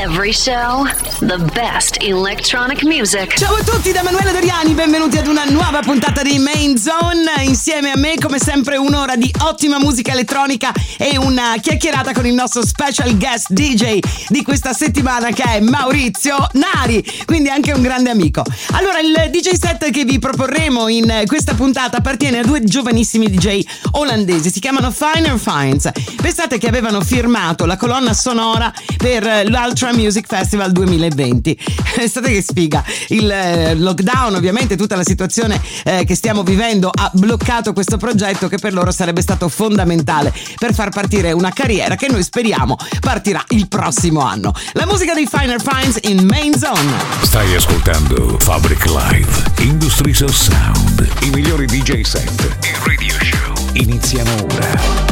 Every show, the best electronic music. Ciao a tutti da Emanuele Doriani, benvenuti ad una nuova puntata di Main Zone. Insieme a me, come sempre, un'ora di ottima musica elettronica e una chiacchierata con il nostro special guest DJ di questa settimana, che è Maurizio Nari, quindi anche un grande amico. Allora, il DJ set che vi proporremo in questa puntata appartiene a due giovanissimi DJ olandesi, si chiamano Finer Finds. Pensate che avevano firmato la colonna sonora per l'Ultra Music Festival 2020. Pensate che sfiga. Il lockdown, ovviamente tutta la situazione che stiamo vivendo, ha bloccato questo progetto che per loro sarebbe stato fondamentale per far partire una carriera che noi speriamo partirà il prossimo anno. La musica dei Finer Finds in Main Zone. Stai ascoltando Fabric Live, Industries of Sound, i migliori DJ set e radio show iniziano ora.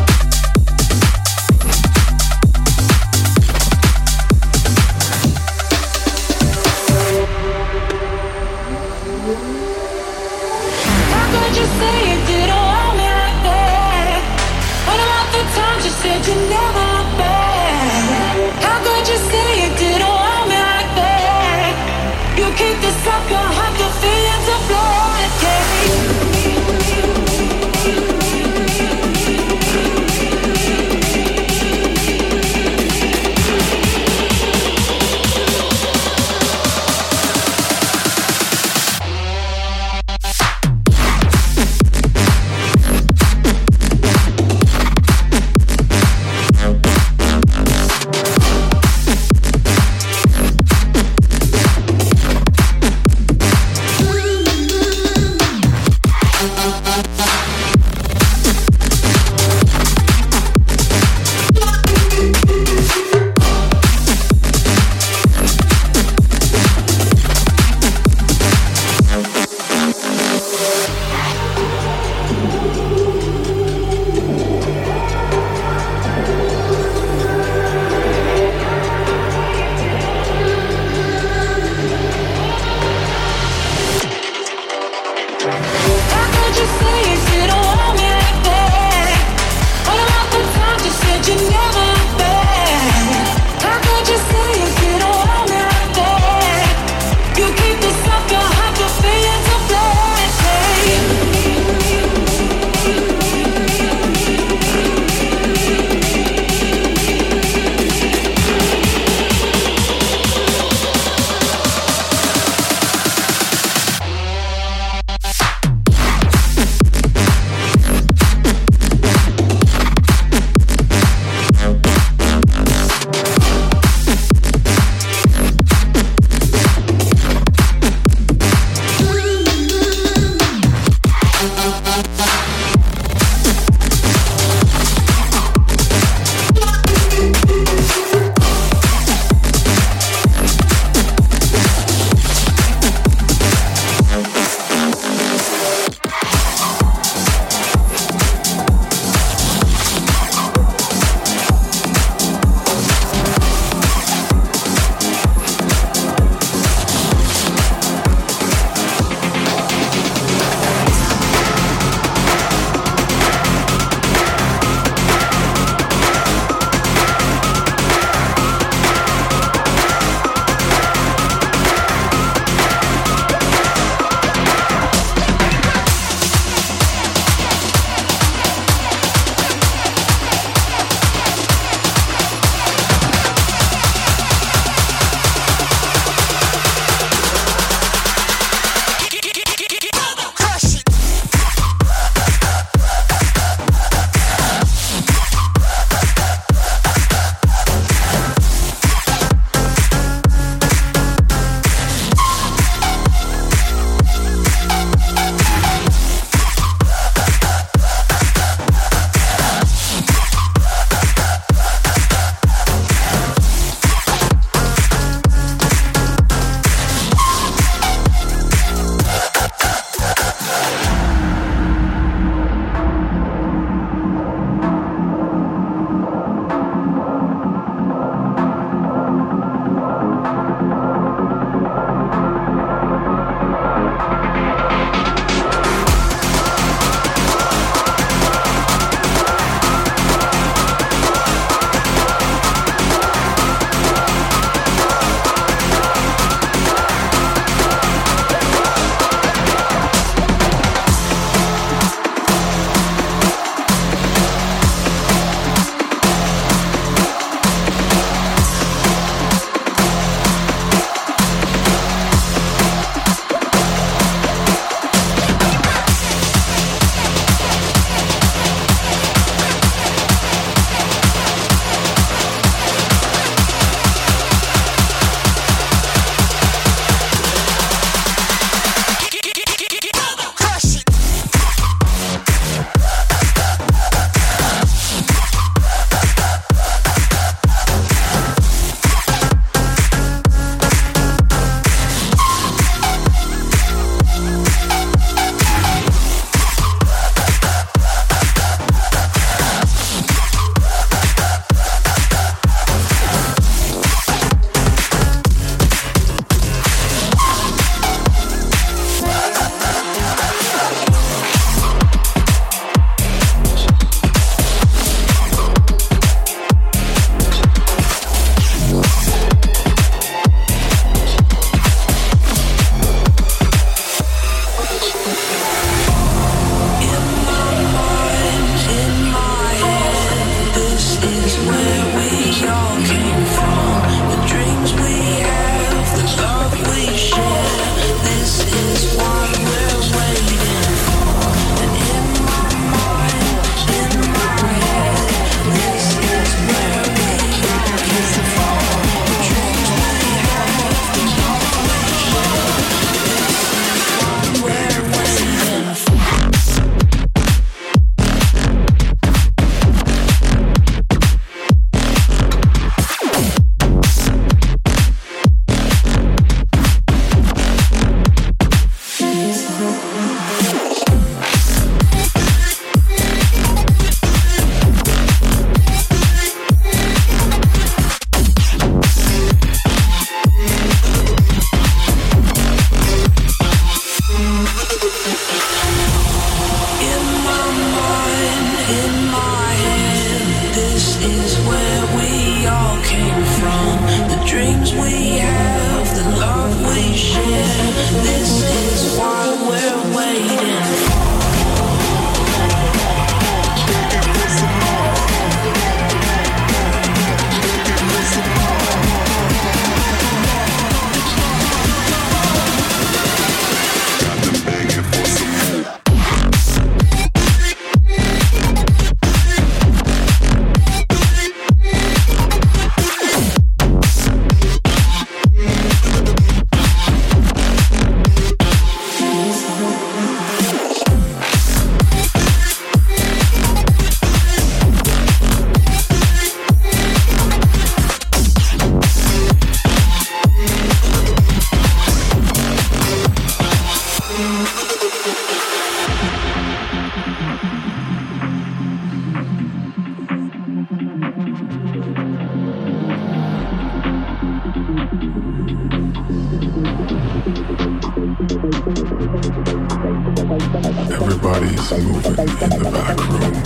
Everybody's moving in the back room,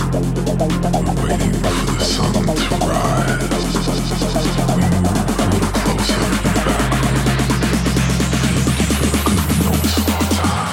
waiting for the sun to rise. We move a little closer in the back room, because we know it's our time.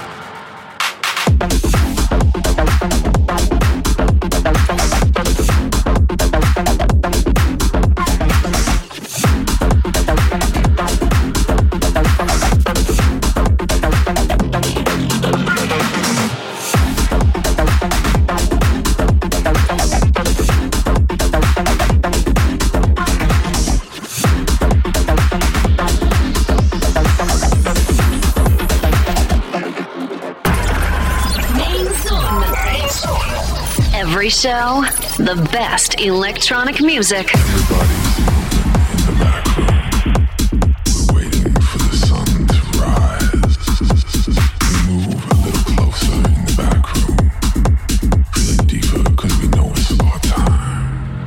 Every show, the best electronic music. Everybody's moving in the back room. We're waiting for the sun to rise. We move a little closer in the back room, feeling deeper because we know it's our time.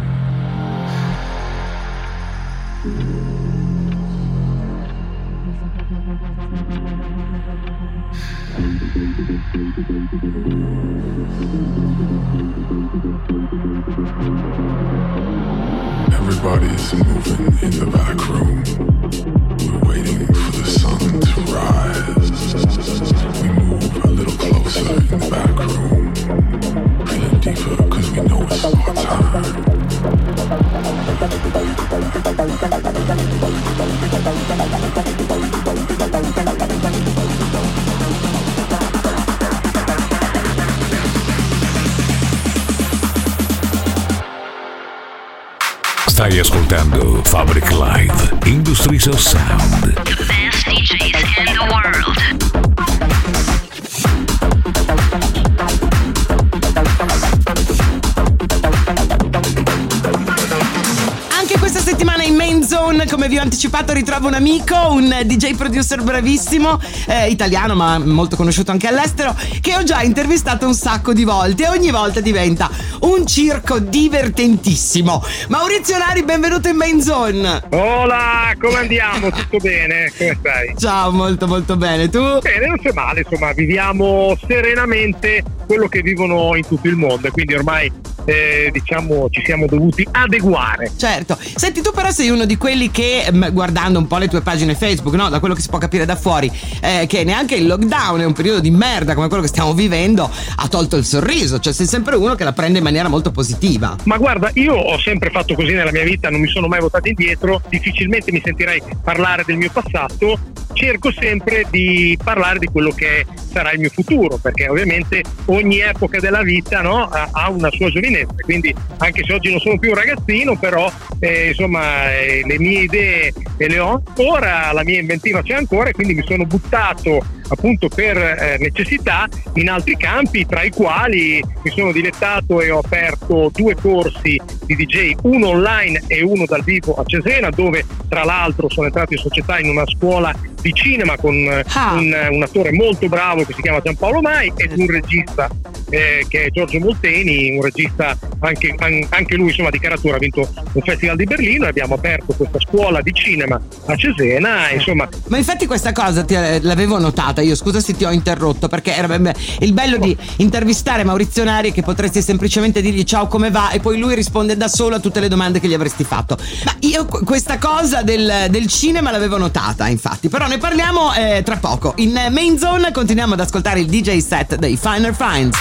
Everybody's moving in the back room. We're waiting for the sun to rise. We move a little closer in the back room, feeling deeper because we know it's our time. Stai ascoltando Fabric Live, Industries of Sound. The best DJs in the world. Anche questa settimana in Main Zone, come vi ho anticipato, ritrovo un amico, un DJ producer bravissimo, italiano ma molto conosciuto anche all'estero, che ho già intervistato un sacco di volte e ogni volta diventa un circo divertentissimo. Maurizio Nari, benvenuto in Main Zone. Hola, come andiamo? Tutto bene? Come stai? Ciao, molto molto bene, tu? Bene, non c'è male, insomma, viviamo serenamente quello che vivono in tutto il mondo e quindi ormai diciamo ci siamo dovuti adeguare. Certo. Senti, tu però sei uno di quelli che, guardando un po' le tue pagine Facebook, no, da quello che si può capire da fuori, che neanche il lockdown è un periodo di merda come quello che stiamo vivendo, ha tolto il sorriso, cioè sei sempre uno che la prende in maniera molto positiva. Ma guarda, io ho sempre fatto così nella mia vita, non mi sono mai voltato indietro, difficilmente mi sentirei parlare del mio passato, cerco sempre di parlare di quello che sarà il mio futuro, perché ovviamente ogni epoca della vita, no, ha una sua giovinezza finestre, quindi anche se oggi non sono più un ragazzino, però le mie idee le ho ancora, la mia inventiva c'è ancora, e quindi mi sono buttato appunto per necessità in altri campi, tra i quali mi sono dilettato e ho aperto 2 corsi di DJ, uno online e uno dal vivo a Cesena, dove tra l'altro sono entrato in società in una scuola di cinema con un attore molto bravo che si chiama Giampaolo Mai ed un regista che è Giorgio Molteni, un regista anche lui insomma di caratura, ha vinto un festival di Berlino, e abbiamo aperto questa scuola di cinema a Cesena, insomma. Ma infatti questa cosa l'avevo notata io, scusa se ti ho interrotto, perché era il bello di intervistare Maurizio Nari, che potresti semplicemente dirgli ciao come va e poi lui risponde da solo a tutte le domande che gli avresti fatto. Ma io questa cosa del cinema l'avevo notata, infatti, però ne parliamo tra poco. In Main Zone continuiamo ad ascoltare il DJ set dei Finer Finds.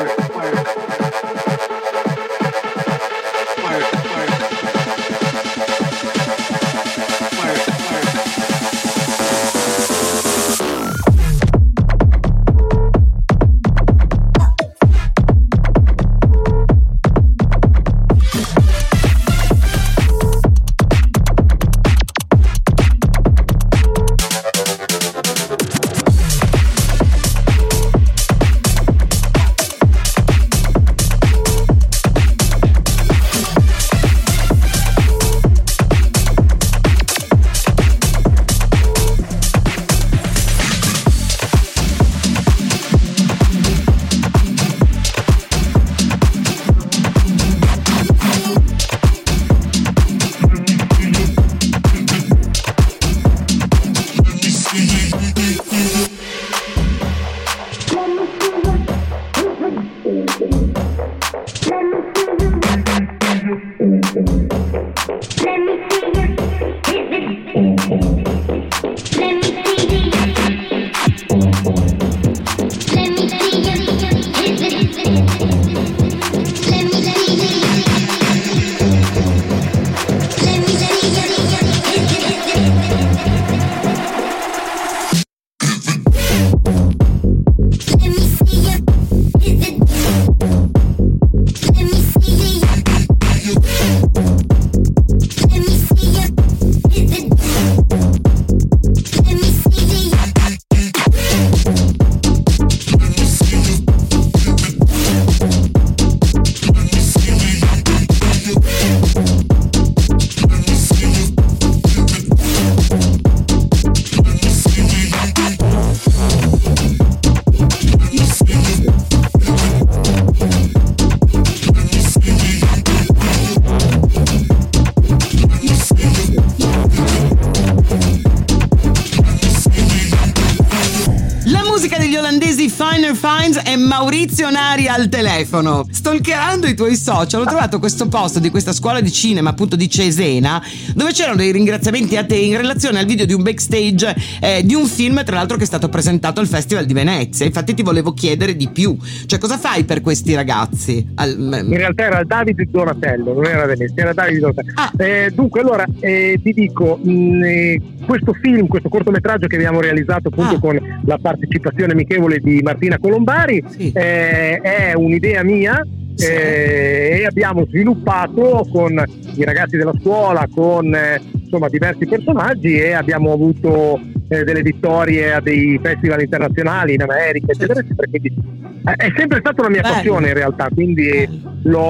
Finer Finds e Maurizio Nari al telefono. Stalkerando i tuoi social ho trovato questo post di questa scuola di cinema, appunto di Cesena, dove c'erano dei ringraziamenti a te in relazione al video di un backstage di un film, tra l'altro, che è stato presentato al Festival di Venezia. Infatti ti volevo chiedere di più, cioè cosa fai per questi ragazzi? In realtà era Davide Donatello, non era Venezia, era Davide Donatello. Dunque allora ti dico, questo film, questo cortometraggio che abbiamo realizzato appunto con la partecipazione amichevole di Martina Colombari, sì, è un'idea mia, sì, e abbiamo sviluppato con i ragazzi della scuola, con insomma diversi personaggi, e abbiamo avuto delle vittorie a dei festival internazionali in America, eccetera, eccetera. Quindi è sempre stata una mia passione in realtà, quindi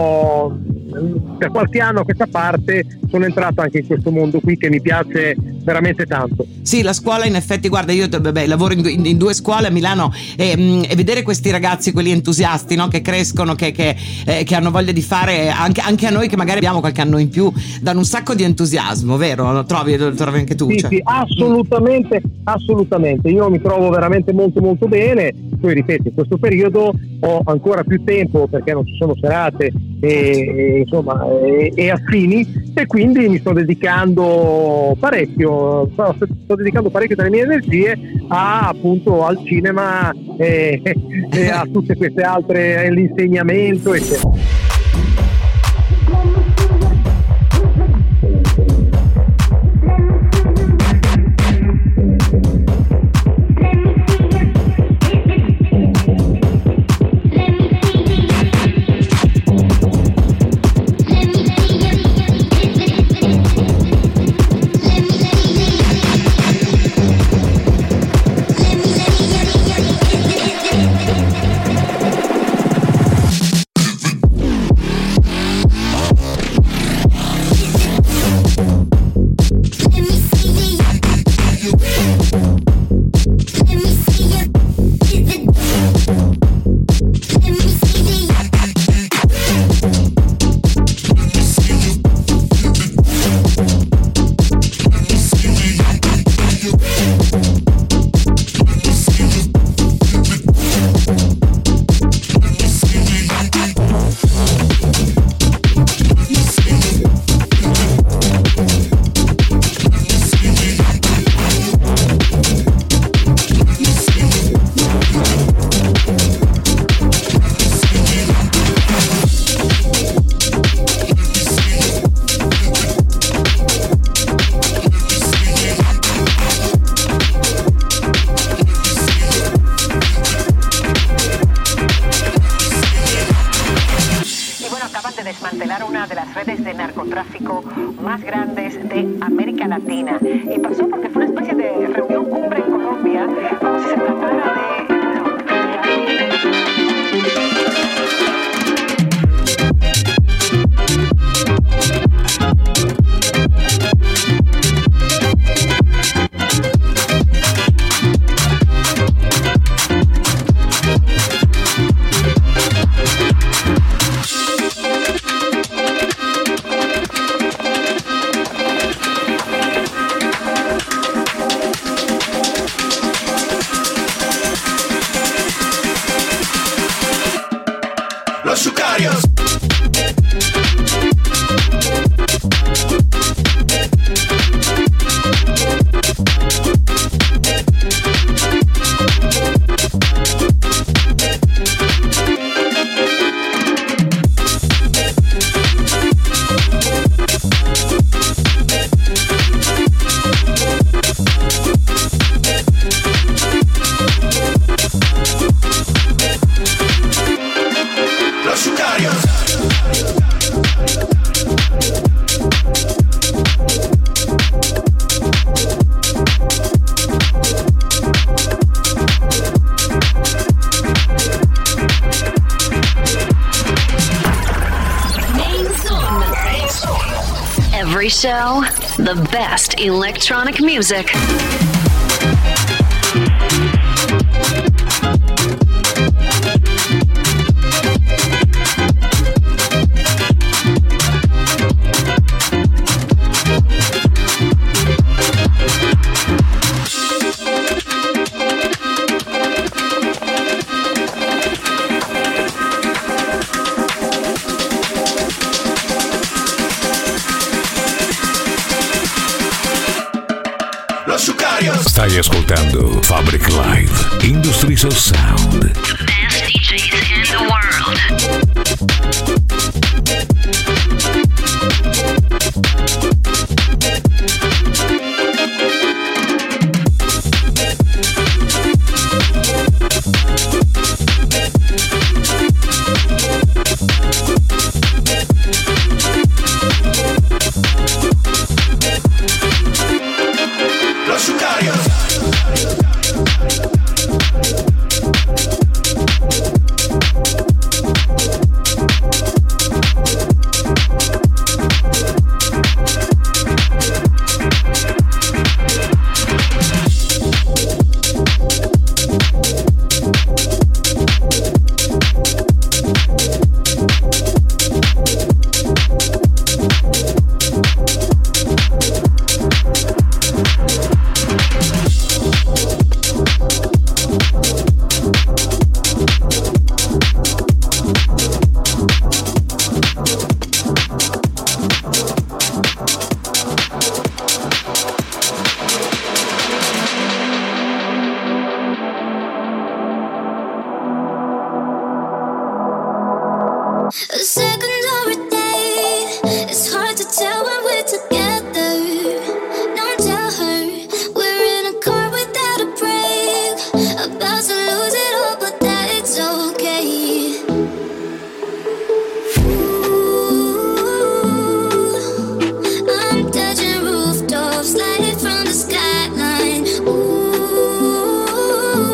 per qualche anno a questa parte sono entrato anche in questo mondo qui che mi piace veramente tanto. Sì, la scuola in effetti, guarda, io lavoro in due scuole a Milano e vedere questi ragazzi, quelli entusiasti, no? Che crescono, che hanno voglia di fare, anche a noi che magari abbiamo qualche anno in più, danno un sacco di entusiasmo, vero? Lo trovi anche tu? Sì, cioè. Sì, assolutamente, io mi trovo veramente molto molto bene. Poi ripeto, in questo periodo ho ancora più tempo perché non ci sono serate e affini, e quindi mi sto dedicando parecchio delle mie energie appunto al cinema e a tutte queste altre, l'insegnamento, eccetera. desmantelar una de las redes de narcotráfico más grandes de América Latina. Y pasó porque fue una especie de reunión cumbre en Colombia, como si se tratara de... Every show, the best electronic music. Stai ascoltando Fabric Live, Industries of Sound. The best DJs in the world.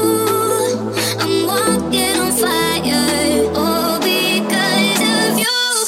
I'm walking on fire, all because of you.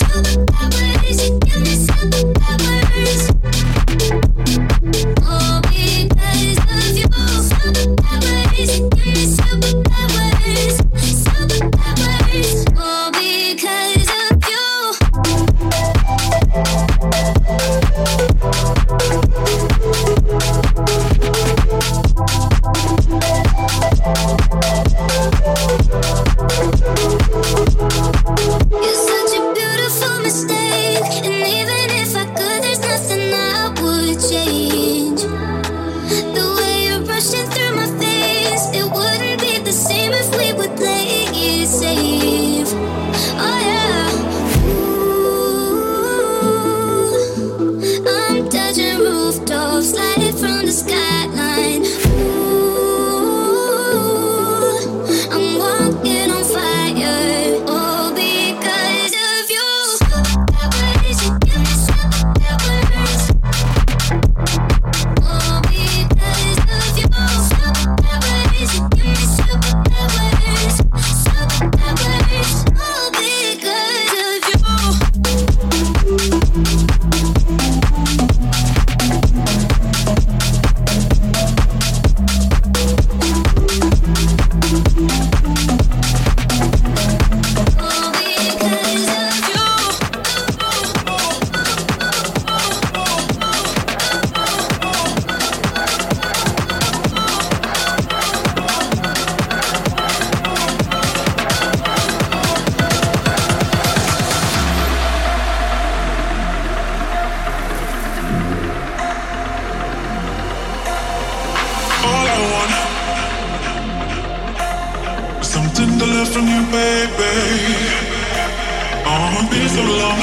Oh, it's been so long.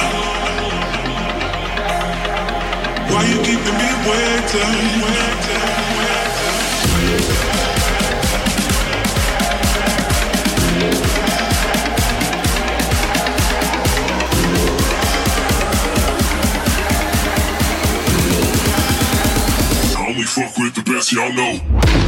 Why you keeping me waiting? I only fuck with the best, y'all know.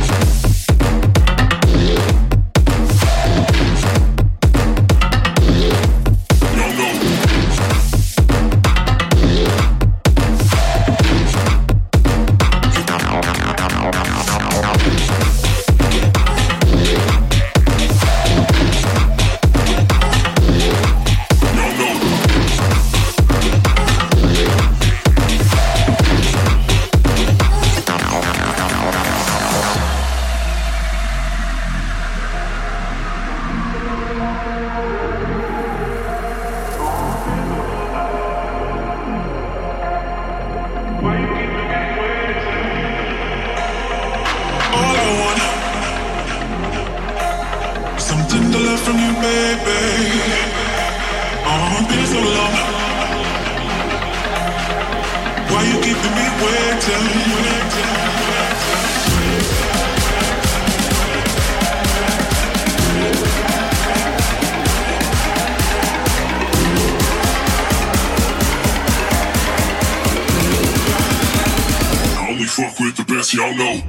Fuck with the best, y'all know.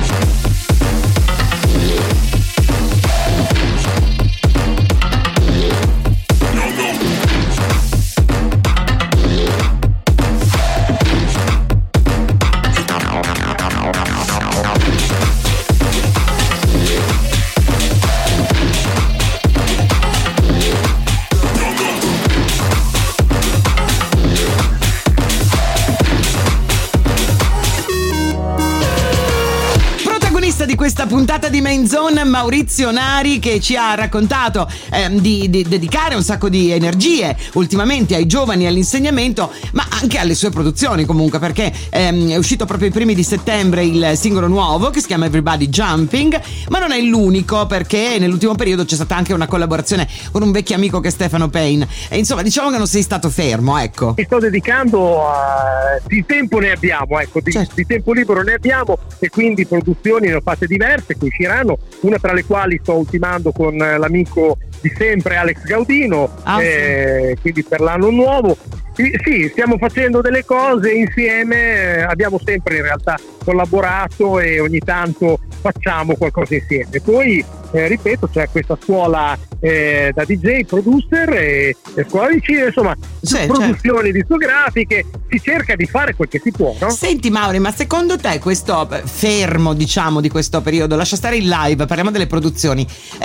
Di questa puntata di Main Zone, Maurizio Nari, che ci ha raccontato di dedicare un sacco di energie ultimamente ai giovani e all'insegnamento, ma anche alle sue produzioni comunque, perché è uscito proprio i primi di settembre il singolo nuovo che si chiama Everybody Jumping, ma non è l'unico, perché nell'ultimo periodo c'è stata anche una collaborazione con un vecchio amico che è Stefano Payne, e insomma diciamo che non sei stato fermo, ecco. Mi sto dedicando di tempo ne abbiamo, ecco, di tempo libero ne abbiamo, e quindi produzioni ne ho fatte diverse che usciranno, una tra le quali sto ultimando con l'amico di sempre Alex Gaudino, quindi per l'anno nuovo. Sì, stiamo facendo delle cose insieme, abbiamo sempre in realtà collaborato e ogni tanto facciamo qualcosa insieme. Poi ripeto, c'è questa scuola da DJ, producer e scuola di cinema, insomma, produzioni discografiche, si cerca di fare quel che si può, no? Senti Mauri, ma secondo te questo fermo, diciamo, di questo periodo, lascia stare il live, parliamo delle produzioni,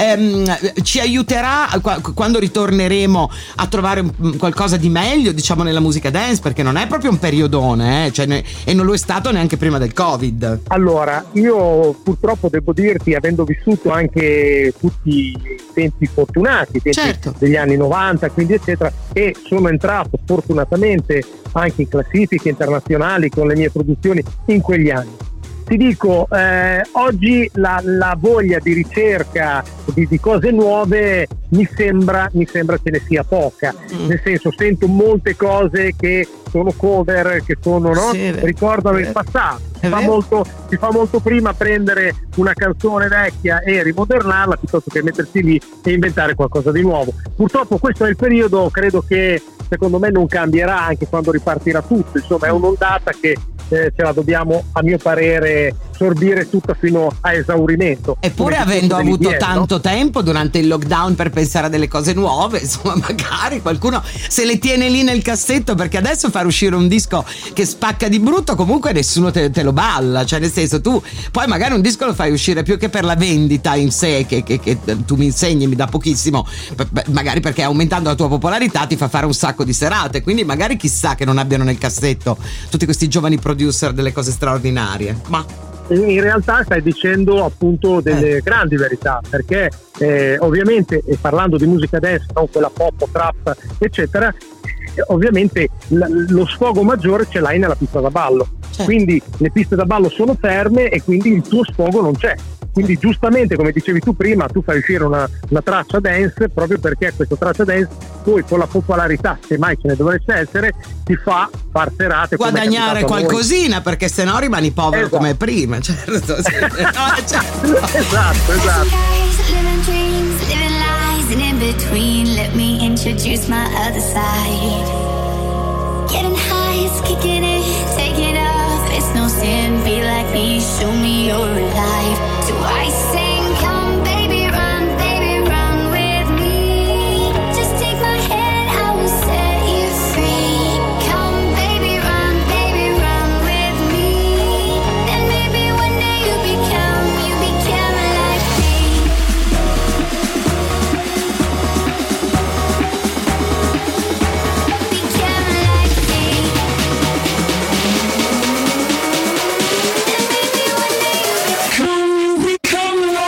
ci aiuterà quando ritorneremo a trovare qualcosa di meglio, diciamo, nella musica dance, perché non è proprio un periodone, e non lo è stato neanche prima del Covid. Allora, io purtroppo devo dirti, avendo vissuto anche tutti i tempi fortunati, degli anni 90, quindi eccetera, e sono entrato fortunatamente anche in classifiche internazionali con le mie produzioni in quegli anni. Ti dico, oggi la voglia di ricerca di cose nuove mi sembra ce ne sia poca, nel senso, sento molte cose che sono cover, che sono, no? Ricordano il passato. Si fa molto prima prendere una canzone vecchia e rimodernarla piuttosto che mettersi lì e inventare qualcosa di nuovo. Purtroppo questo è il periodo, credo che secondo me non cambierà anche quando ripartirà tutto, insomma è un'ondata che ce la dobbiamo, a mio parere, sorbire tutta fino a esaurimento. Eppure avendo avuto tanto tempo durante il lockdown per pensare a delle cose nuove, insomma magari qualcuno se le tiene lì nel cassetto, perché adesso far uscire un disco che spacca di brutto comunque nessuno te lo balla, cioè nel senso, tu poi magari un disco lo fai uscire più che per la vendita in sé, che tu mi insegni, mi dà pochissimo, magari perché aumentando la tua popolarità ti fa fare un sacco di serate, quindi magari chissà che non abbiano nel cassetto tutti questi giovani producer delle cose straordinarie. Ma in realtà stai dicendo appunto delle grandi verità, perché ovviamente, parlando di musica dance, non quella pop, trap eccetera, ovviamente lo sfogo maggiore ce l'hai nella pista da ballo, quindi le piste da ballo sono ferme e quindi il tuo sfogo non c'è. Quindi giustamente, come dicevi tu prima, tu fai uscire una traccia dance proprio perché questa traccia dance poi con la popolarità, se mai ce ne dovesse essere, ti fa far serate, guadagnare qualcosina, perché se no rimani povero come prima, certo. Sì. Esatto. And in between, let me introduce my other side. Getting high is kicking in, taking off. It's no sin, be like me, show me you're alive. So I sing, come baby run with me. Just take my hand, I will set you free. Come baby run with me. And maybe one day you become like me. Come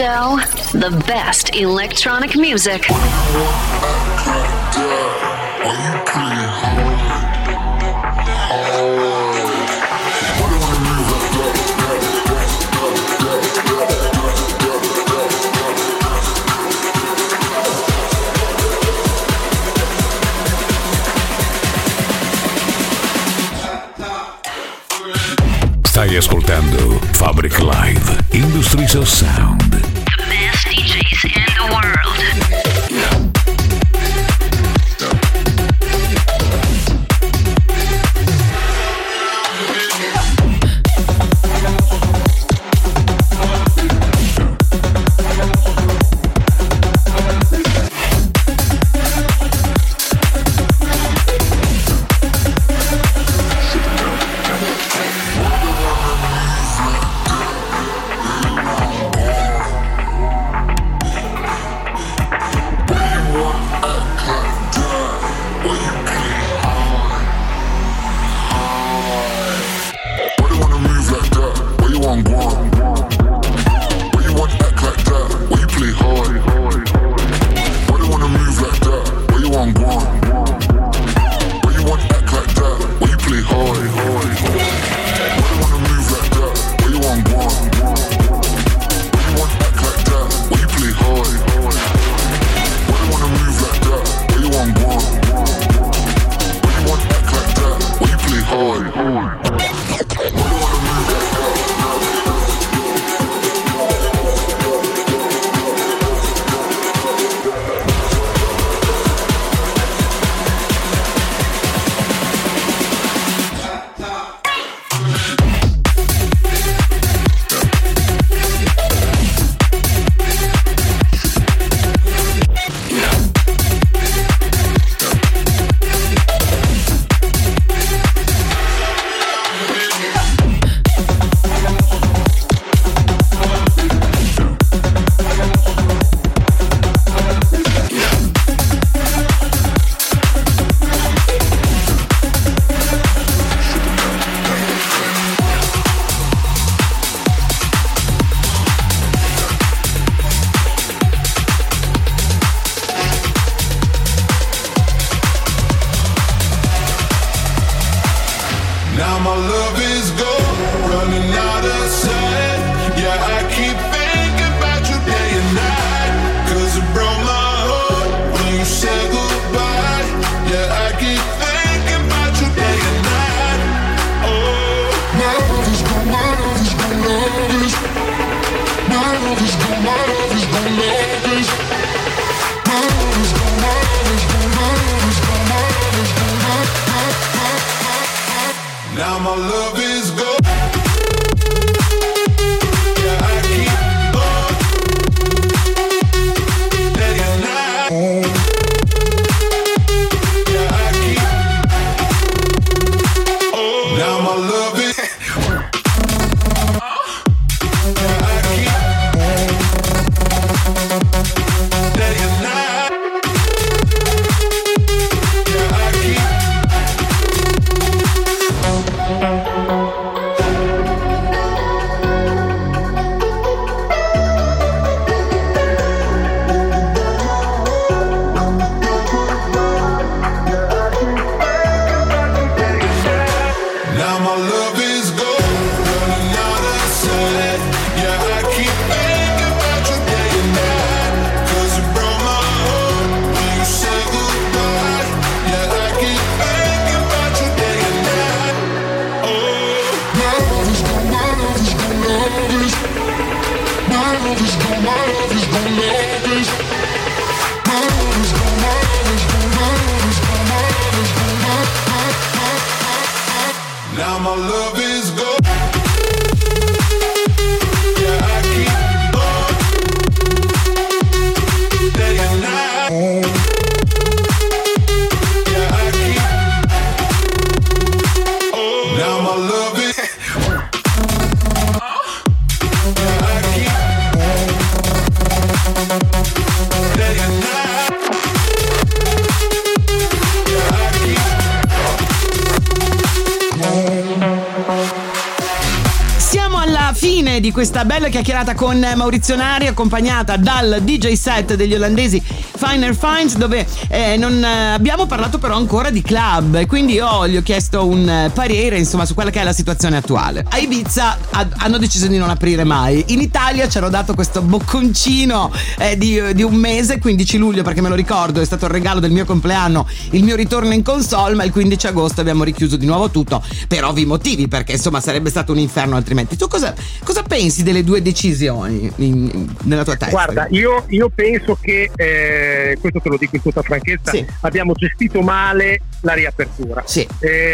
show, the best electronic music. Stai ascoltando Fabric Live, Industries of Sound. The best DJs in the world. Now my love is gone. Now my love is gone. Yeah, I keep on day and night. Yeah, I keep. Oh, now my love is. Yeah, I keep day and night. Yeah, I keep. di questa bella chiacchierata con Maurizio Nari, accompagnata dal DJ set degli olandesi Finer Finds, dove non abbiamo parlato però ancora di club, e quindi io gli ho chiesto un parere, insomma, su quella che è la situazione attuale. A Ibiza hanno deciso di non aprire mai. In Italia ci hanno dato questo bocconcino di un mese, 15 luglio, perché me lo ricordo, è stato il regalo del mio compleanno, il mio ritorno in console, ma il 15 agosto abbiamo richiuso di nuovo tutto per ovvi motivi, perché insomma sarebbe stato un inferno altrimenti. Tu cosa pensi delle due decisioni nella tua testa? Guarda, io penso che questo te lo dico in tutta franchezza, sì, abbiamo gestito male la riapertura. Sì.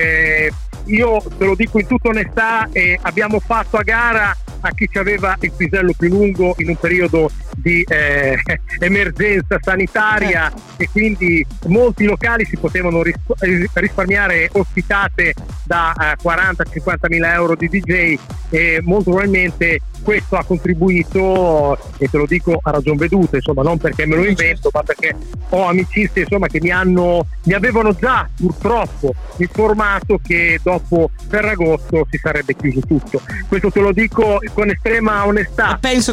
Io te lo dico in tutta onestà, abbiamo fatto a gara a chi ci aveva il pisello più lungo in un periodo di emergenza sanitaria, e quindi molti locali si potevano risparmiare ospitate da 40-50 mila euro di DJ, e molto probabilmente questo ha contribuito, e te lo dico a ragion veduta, insomma, non perché me lo invento, ma perché ho amicizie, insomma, che mi avevano già purtroppo informato che dopo Ferragosto si sarebbe chiuso tutto. Questo te lo dico con estrema onestà. La penso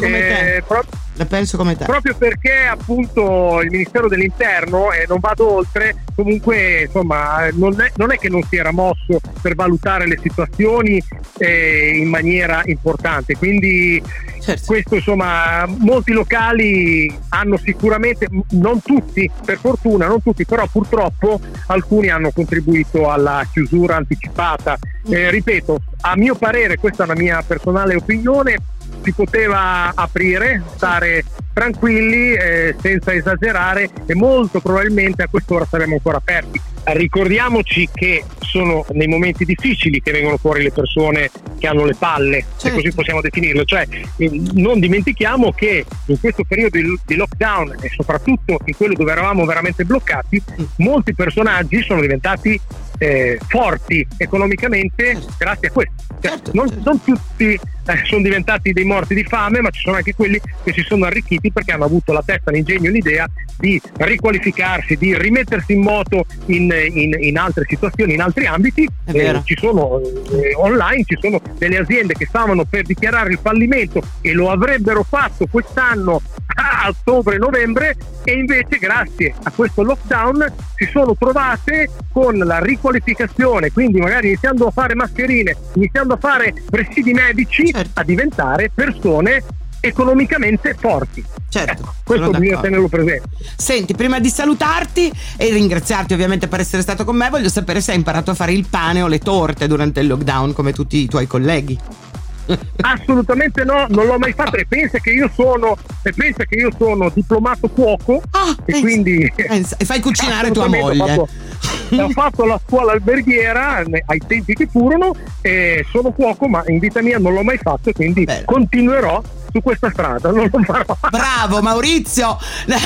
come te. Proprio perché appunto il Ministero dell'Interno, e non vado oltre, comunque insomma non è che non si era mosso per valutare le situazioni in maniera importante, quindi certo, questo insomma molti locali hanno sicuramente, non tutti, per fortuna non tutti, però purtroppo alcuni hanno contribuito alla chiusura anticipata. Ripeto, a mio parere, questa è una mia personale opinione, si poteva aprire, stare tranquilli, senza esagerare, e molto probabilmente a quest'ora saremo ancora aperti. Ricordiamoci che sono nei momenti difficili che vengono fuori le persone che hanno le palle, se così possiamo definirlo, cioè non dimentichiamo che in questo periodo di lockdown, e soprattutto in quello dove eravamo veramente bloccati, molti personaggi sono diventati forti economicamente grazie a questo. Non tutti sono diventati dei morti di fame, ma ci sono anche quelli che si sono arricchiti perché hanno avuto la testa, l'ingegno, l'idea di riqualificarsi, di rimettersi in moto in altre situazioni, in altri ambiti. Ci sono online, ci sono delle aziende che stavano per dichiarare il fallimento e lo avrebbero fatto quest'anno a ottobre-novembre, e invece grazie a questo lockdown si sono trovate con la riqualificazione, quindi magari iniziando a fare mascherine, iniziando a fare presidi medici, a diventare persone economicamente forti. Certo, questo bisogna tenerlo presente. Senti, prima di salutarti e ringraziarti ovviamente per essere stato con me, voglio sapere se hai imparato a fare il pane o le torte durante il lockdown come tutti i tuoi colleghi. Assolutamente no, non l'ho mai fatto, e pensa che io sono diplomato cuoco, e quindi e fai cucinare tua moglie. Ho fatto la scuola alberghiera ai tempi che furono, e sono cuoco, ma in vita mia non l'ho mai fatto, e quindi continuerò su questa strada, non lo farò. Bravo Maurizio,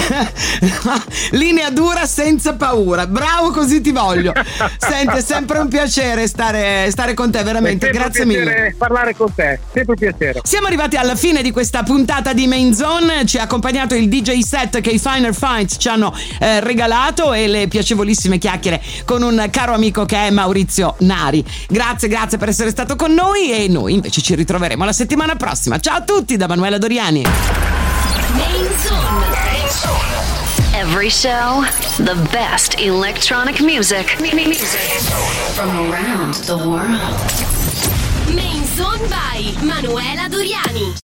linea dura senza paura, bravo, così ti voglio. Senti, è sempre un piacere stare con te, veramente, grazie mille. Parlare con te, sempre un piacere. Siamo arrivati alla fine di questa puntata di Main Zone, ci ha accompagnato il DJ set che i Finer Finds ci hanno regalato, e le piacevolissime chiacchiere con un caro amico che è Maurizio Nari. Grazie per essere stato con noi, e noi invece ci ritroveremo la settimana prossima. Ciao a tutti da Manuela Doriani. Main Zone. Every show, the best electronic music. From around the world. Main Zone by Manuela Doriani.